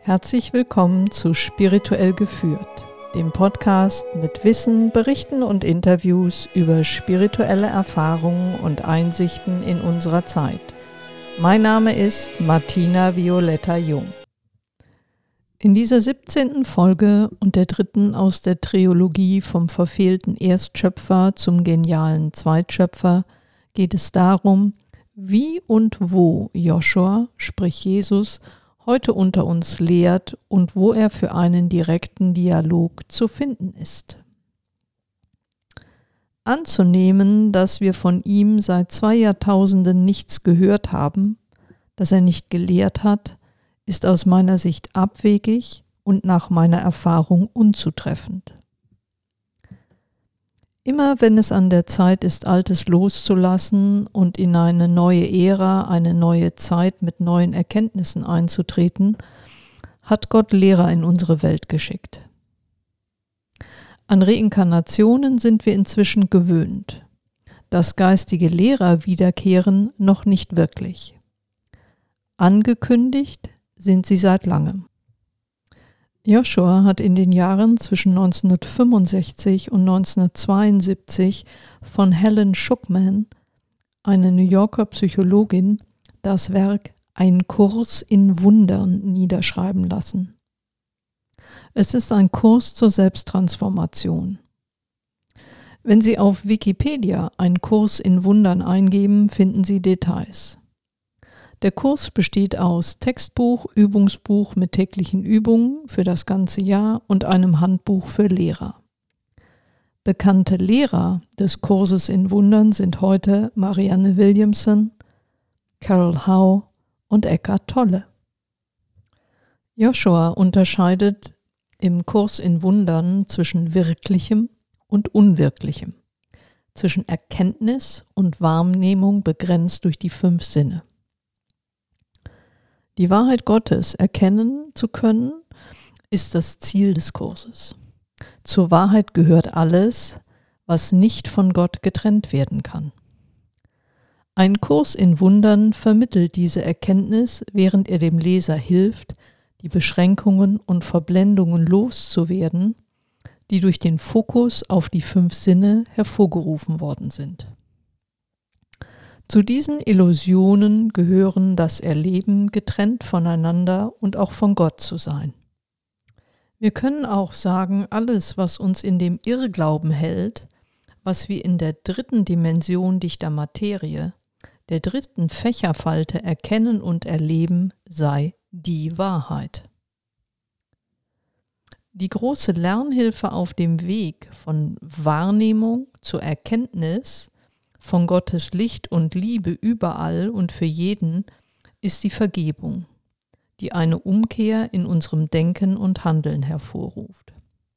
Herzlich willkommen zu Spirituell geführt, dem Podcast mit Wissen, Berichten und Interviews über spirituelle Erfahrungen und Einsichten in unserer Zeit. Mein Name ist Martina Violetta Jung. In dieser 17. Folge und der dritten aus der Trilogie vom verfehlten Erstschöpfer zum genialen Zweitschöpfer geht es darum, wie und wo Joshua, sprich Jesus, heute unter uns lehrt und wo er für einen direkten Dialog zu finden ist. Anzunehmen, dass wir von ihm seit 2 Jahrtausenden nichts gehört haben, dass er nicht gelehrt hat, ist aus meiner Sicht abwegig und nach meiner Erfahrung unzutreffend. Immer wenn es an der Zeit ist, Altes loszulassen und in eine neue Ära, eine neue Zeit mit neuen Erkenntnissen einzutreten, hat Gott Lehrer in unsere Welt geschickt. An Reinkarnationen sind wir inzwischen gewöhnt. Dass geistige Lehrer wiederkehren, noch nicht wirklich. Angekündigt sind sie seit langem. Joshua hat in den Jahren zwischen 1965 und 1972 von Helen Schucman, einer New Yorker Psychologin, das Werk Ein Kurs in Wundern niederschreiben lassen. Es ist ein Kurs zur Selbsttransformation. Wenn Sie auf Wikipedia einen Kurs in Wundern eingeben, finden Sie Details. Der Kurs besteht aus Textbuch, Übungsbuch mit täglichen Übungen für das ganze Jahr und einem Handbuch für Lehrer. Bekannte Lehrer des Kurses in Wundern sind heute Marianne Williamson, Carol Howe und Eckhart Tolle. Joshua unterscheidet im Kurs in Wundern zwischen Wirklichem und Unwirklichem, zwischen Erkenntnis und Wahrnehmung begrenzt durch die 5 Sinne. Die Wahrheit Gottes erkennen zu können, ist das Ziel des Kurses. Zur Wahrheit gehört alles, was nicht von Gott getrennt werden kann. Ein Kurs in Wundern vermittelt diese Erkenntnis, während er dem Leser hilft, die Beschränkungen und Verblendungen loszuwerden, die durch den Fokus auf die 5 Sinne hervorgerufen worden sind. Zu diesen Illusionen gehören das Erleben, getrennt voneinander und auch von Gott zu sein. Wir können auch sagen, alles, was uns in dem Irrglauben hält, was wir in der 3. Dimension dichter Materie, der 3. Fächerfalte erkennen und erleben, sei die Wahrheit. Die große Lernhilfe auf dem Weg von Wahrnehmung zur Erkenntnis von Gottes Licht und Liebe überall und für jeden ist die Vergebung, die eine Umkehr in unserem Denken und Handeln hervorruft.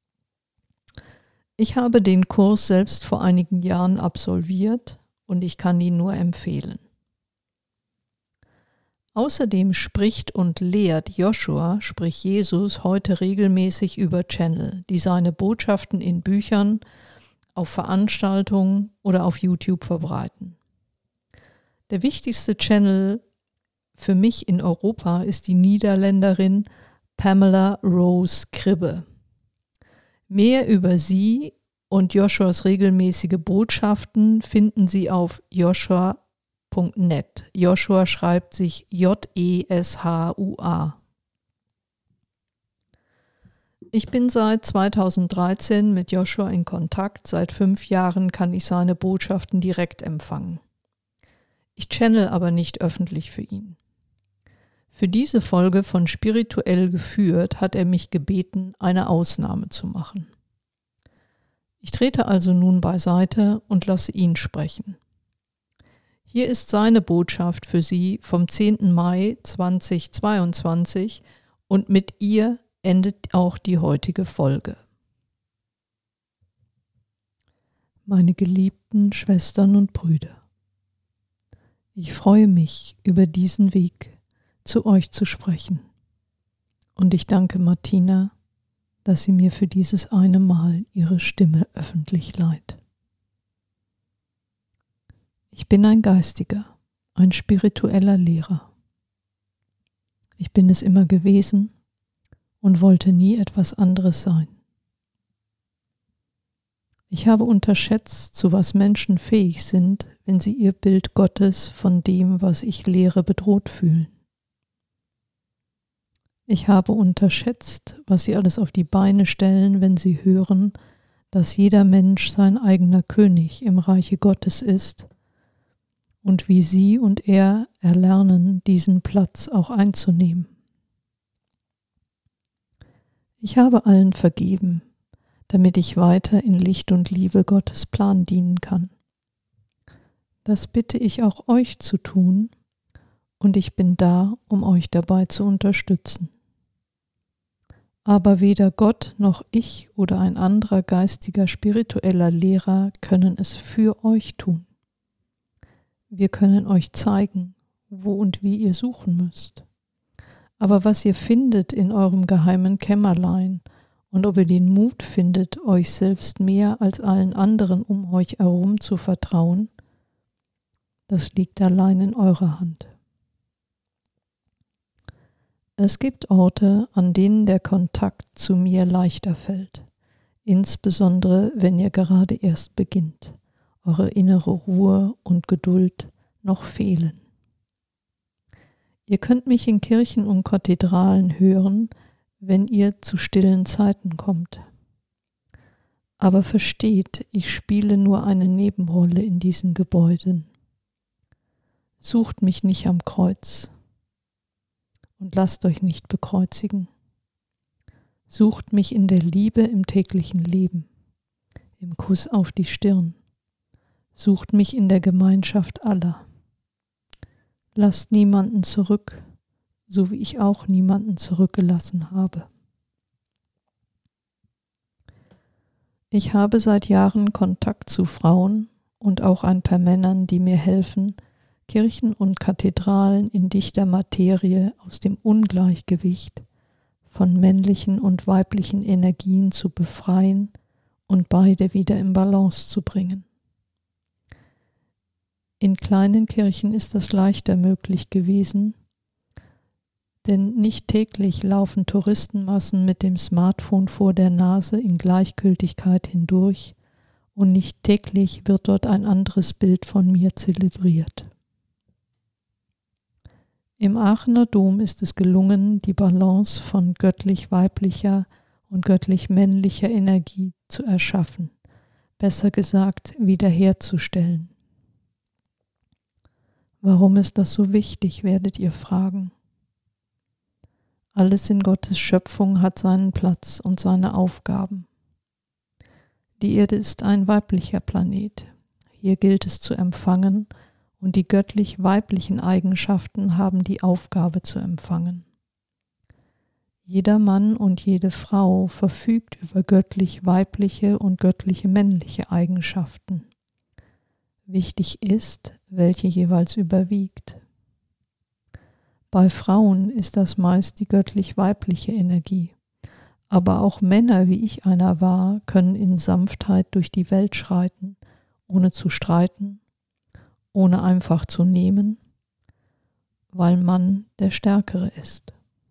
Ich habe den Kurs selbst vor einigen Jahren absolviert und ich kann ihn nur empfehlen. Außerdem spricht und lehrt Joshua, sprich Jesus, heute regelmäßig über Channel, die seine Botschaften in Büchern, auf Veranstaltungen oder auf YouTube verbreiten. Der wichtigste Channel für mich in Europa ist die Niederländerin Pamela Rose Kribbe. Mehr über sie und Joshuas regelmäßige Botschaften finden Sie auf joshua.net. Joshua schreibt sich J-E-S-H-U-A. Ich bin seit 2013 mit Joshua in Kontakt. Seit 5 Jahren kann ich seine Botschaften direkt empfangen. Ich channel aber nicht öffentlich für ihn. Für diese Folge von Spirituell geführt hat er mich gebeten, eine Ausnahme zu machen. Ich trete also nun beiseite und lasse ihn sprechen. Hier ist seine Botschaft für Sie vom 10. Mai 2022 und mit ihr endet auch die heutige Folge. Meine geliebten Schwestern und Brüder, ich freue mich, über diesen Weg zu euch zu sprechen. Und ich danke Martina, dass sie mir für dieses eine Mal ihre Stimme öffentlich leiht. Ich bin ein Geistiger, ein spiritueller Lehrer. Ich bin es immer gewesen und wollte nie etwas anderes sein. Ich habe unterschätzt, zu was Menschen fähig sind, wenn sie ihr Bild Gottes von dem, was ich lehre, bedroht fühlen. Ich habe unterschätzt, was sie alles auf die Beine stellen, wenn sie hören, dass jeder Mensch sein eigener König im Reiche Gottes ist und wie sie und er erlernen, diesen Platz auch einzunehmen. Ich habe allen vergeben, damit ich weiter in Licht und Liebe Gottes Plan dienen kann. Das bitte ich auch euch zu tun, und ich bin da, um euch dabei zu unterstützen. Aber weder Gott noch ich oder ein anderer geistiger, spiritueller Lehrer können es für euch tun. Wir können euch zeigen, wo und wie ihr suchen müsst. Aber was ihr findet in eurem geheimen Kämmerlein und ob ihr den Mut findet, euch selbst mehr als allen anderen um euch herum zu vertrauen, das liegt allein in eurer Hand. Es gibt Orte, an denen der Kontakt zu mir leichter fällt, insbesondere wenn ihr gerade erst beginnt, eure innere Ruhe und Geduld noch fehlen. Ihr könnt mich in Kirchen und Kathedralen hören, wenn ihr zu stillen Zeiten kommt. Aber versteht, ich spiele nur eine Nebenrolle in diesen Gebäuden. Sucht mich nicht am Kreuz und lasst euch nicht bekreuzigen. Sucht mich in der Liebe im täglichen Leben, im Kuss auf die Stirn. Sucht mich in der Gemeinschaft aller. Lasst niemanden zurück, so wie ich auch niemanden zurückgelassen habe. Ich habe seit Jahren Kontakt zu Frauen und auch ein paar Männern, die mir helfen, Kirchen und Kathedralen in dichter Materie aus dem Ungleichgewicht von männlichen und weiblichen Energien zu befreien und beide wieder in Balance zu bringen. In kleinen Kirchen ist das leichter möglich gewesen, denn nicht täglich laufen Touristenmassen mit dem Smartphone vor der Nase in Gleichgültigkeit hindurch und nicht täglich wird dort ein anderes Bild von mir zelebriert. Im Aachener Dom ist es gelungen, die Balance von göttlich-weiblicher und göttlich-männlicher Energie zu erschaffen, besser gesagt wiederherzustellen. Warum ist das so wichtig, werdet ihr fragen. Alles in Gottes Schöpfung hat seinen Platz und seine Aufgaben. Die Erde ist ein weiblicher Planet. Hier gilt es zu empfangen und die göttlich-weiblichen Eigenschaften haben die Aufgabe zu empfangen. Jeder Mann und jede Frau verfügt über göttlich-weibliche und göttliche männliche Eigenschaften. Wichtig ist, welche jeweils überwiegt. Bei Frauen ist das meist die göttlich-weibliche Energie. Aber auch Männer, wie ich einer war, können in Sanftheit durch die Welt schreiten, ohne zu streiten, ohne einfach zu nehmen, weil Mann der Stärkere ist.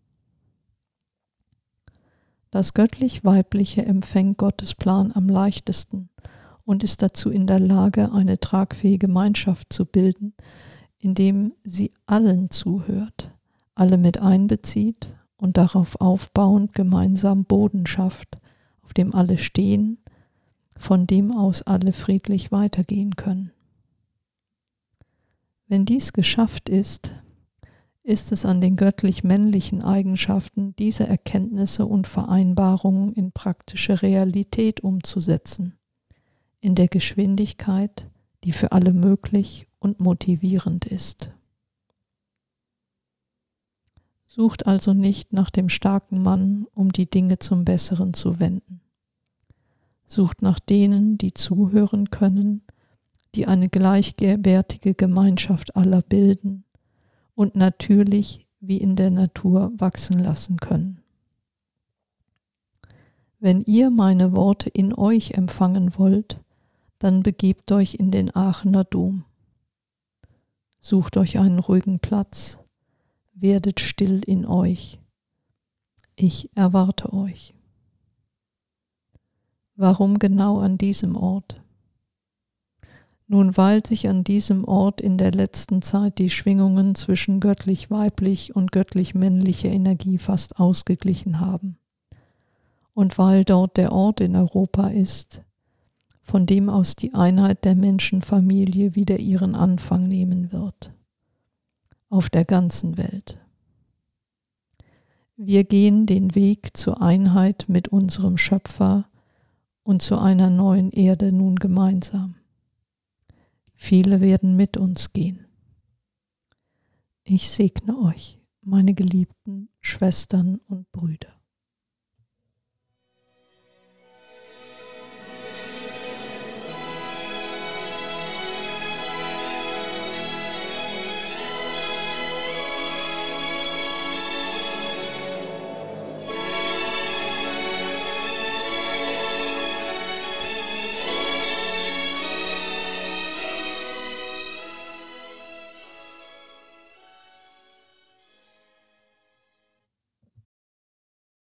Das göttlich-weibliche empfängt Gottes Plan am leichtesten und ist dazu in der Lage, eine tragfähige Gemeinschaft zu bilden, indem sie allen zuhört, alle mit einbezieht und darauf aufbauend gemeinsam Boden schafft, auf dem alle stehen, von dem aus alle friedlich weitergehen können. Wenn dies geschafft ist, ist es an den göttlich-männlichen Eigenschaften, diese Erkenntnisse und Vereinbarungen in praktische Realität umzusetzen, in der Geschwindigkeit, die für alle möglich und motivierend ist. Sucht also nicht nach dem starken Mann, um die Dinge zum Besseren zu wenden. Sucht nach denen, die zuhören können, die eine gleichwertige Gemeinschaft aller bilden und natürlich wie in der Natur wachsen lassen können. Wenn ihr meine Worte in euch empfangen wollt, dann begebt euch in den Aachener Dom. Sucht euch einen ruhigen Platz, werdet still in euch. Ich erwarte euch. Warum genau an diesem Ort? Nun, weil sich an diesem Ort in der letzten Zeit die Schwingungen zwischen göttlich-weiblich und göttlich-männlicher Energie fast ausgeglichen haben. Und weil dort der Ort in Europa ist, von dem aus die Einheit der Menschenfamilie wieder ihren Anfang nehmen wird. Auf der ganzen Welt. Wir gehen den Weg zur Einheit mit unserem Schöpfer und zu einer neuen Erde nun gemeinsam. Viele werden mit uns gehen. Ich segne euch, meine geliebten Schwestern und Brüder.